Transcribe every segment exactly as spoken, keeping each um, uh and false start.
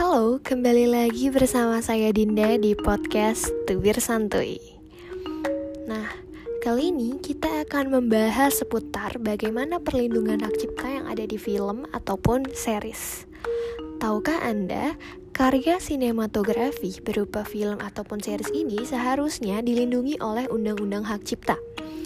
Halo, kembali lagi bersama saya Dinda di podcast Tubir Santuy. Nah, kali ini kita akan membahas seputar bagaimana perlindungan hak cipta yang ada di film ataupun series. Tahukah Anda, karya sinematografi berupa film ataupun series ini seharusnya dilindungi oleh Undang-Undang Hak Cipta.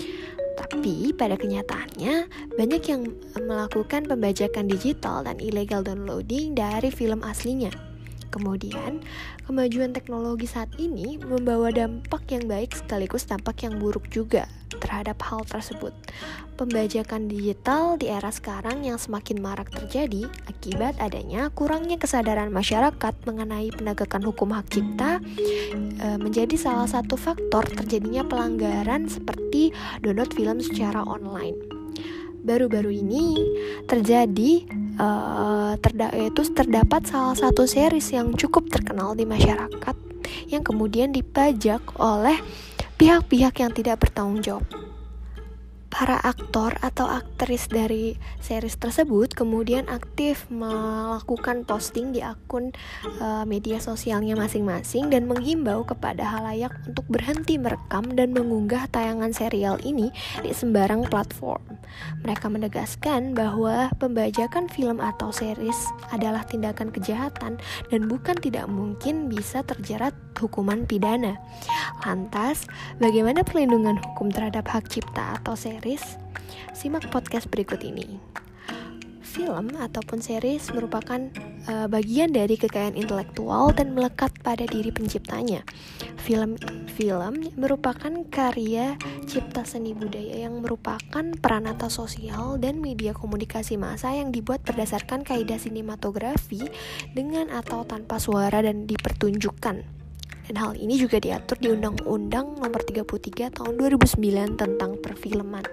Tapi pada kenyataannya banyak yang melakukan pembajakan digital dan illegal downloading dari film aslinya. Kemudian, kemajuan teknologi saat ini membawa dampak yang baik sekaligus dampak yang buruk juga terhadap hal tersebut. Pembajakan digital di era sekarang yang semakin marak terjadi akibat adanya kurangnya kesadaran masyarakat mengenai penegakan hukum hak cipta e, menjadi salah satu faktor terjadinya pelanggaran seperti download film secara online. Baru-baru ini terjadi uh, terda- yaitu terdapat salah satu series yang cukup terkenal di masyarakat yang kemudian dipajak oleh pihak-pihak yang tidak bertanggung jawab. Para aktor atau aktris dari series tersebut kemudian aktif melakukan posting di akun uh, media sosialnya masing-masing dan menghimbau kepada halayak untuk berhenti merekam dan mengunggah tayangan serial ini di sembarang platform. Mereka menegaskan bahwa pembajakan film atau series adalah tindakan kejahatan dan bukan tidak mungkin bisa terjerat hukuman pidana. Lantas, bagaimana perlindungan hukum terhadap hak cipta atau series? Simak podcast berikut ini. Film ataupun series merupakan uh, bagian dari kekayaan intelektual dan melekat pada diri penciptanya. Film film merupakan karya cipta seni budaya yang merupakan peranata sosial dan media komunikasi massa yang dibuat berdasarkan kaidah sinematografi dengan atau tanpa suara dan dipertunjukkan. Dan hal ini juga diatur di Undang-Undang Nomor tiga puluh tiga Tahun dua ribu sembilan tentang perfilman.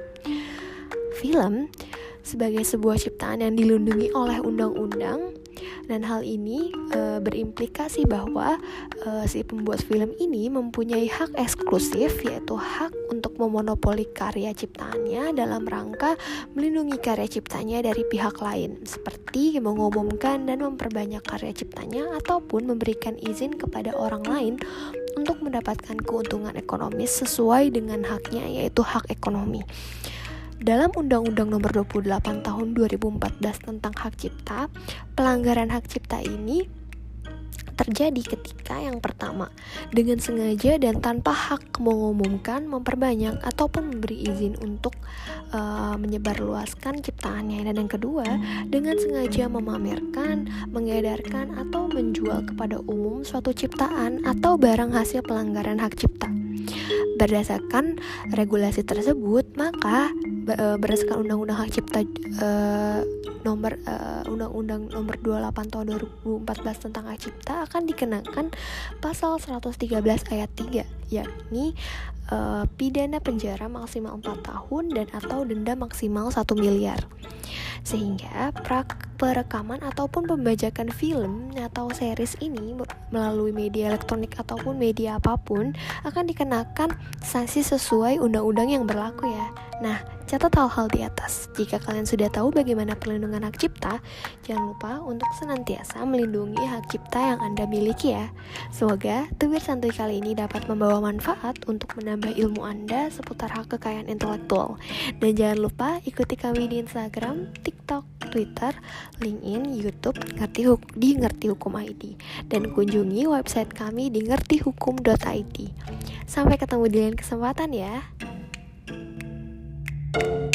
Film sebagai sebuah ciptaan yang dilindungi oleh undang-undang, dan hal ini e, berimplikasi bahwa e, si pembuat film ini mempunyai hak eksklusif, yaitu hak untuk memonopoli karya ciptaannya dalam rangka melindungi karya ciptanya dari pihak lain, seperti mengumumkan dan memperbanyak karya ciptanya ataupun memberikan izin kepada orang lain untuk mendapatkan keuntungan ekonomis sesuai dengan haknya, yaitu hak ekonomi. Dalam Undang-Undang Nomor dua puluh delapan Tahun dua ribu empat belas tentang hak cipta, pelanggaran hak cipta ini terjadi ketika yang pertama, dengan sengaja dan tanpa hak mengumumkan, memperbanyak ataupun memberi izin untuk uh, menyebarluaskan ciptaannya, dan yang kedua, dengan sengaja memamerkan, mengedarkan atau menjual kepada umum suatu ciptaan atau barang hasil pelanggaran hak cipta. Berdasarkan regulasi tersebut, maka berdasarkan Undang-Undang Hak Cipta uh, nomor uh, Undang-Undang Nomor dua puluh delapan Tahun dua ribu empat belas tentang Hak Cipta akan dikenakan pasal seratus tiga belas ayat tiga, yakni uh, pidana penjara maksimal empat tahun dan atau denda maksimal satu miliar. Sehingga prak- perekaman ataupun pembajakan film atau series ini melalui media elektronik ataupun media apapun akan dikenakan sanksi sesuai undang-undang yang berlaku ya. Nah, catat hal-hal di atas. Jika kalian sudah tahu bagaimana perlindungan hak cipta, jangan lupa untuk senantiasa melindungi hak cipta yang Anda miliki ya. Semoga Tubir Santuy kali ini dapat membawa manfaat untuk menambah ilmu Anda seputar hak kekayaan intelektual. Dan jangan lupa ikuti kami di Instagram, TikTok, Twitter, LinkedIn, YouTube ngerti huk- di Ngerti Hukum I D, dan kunjungi website kami di ngerti hukum dot I D. Sampai ketemu di lain kesempatan ya.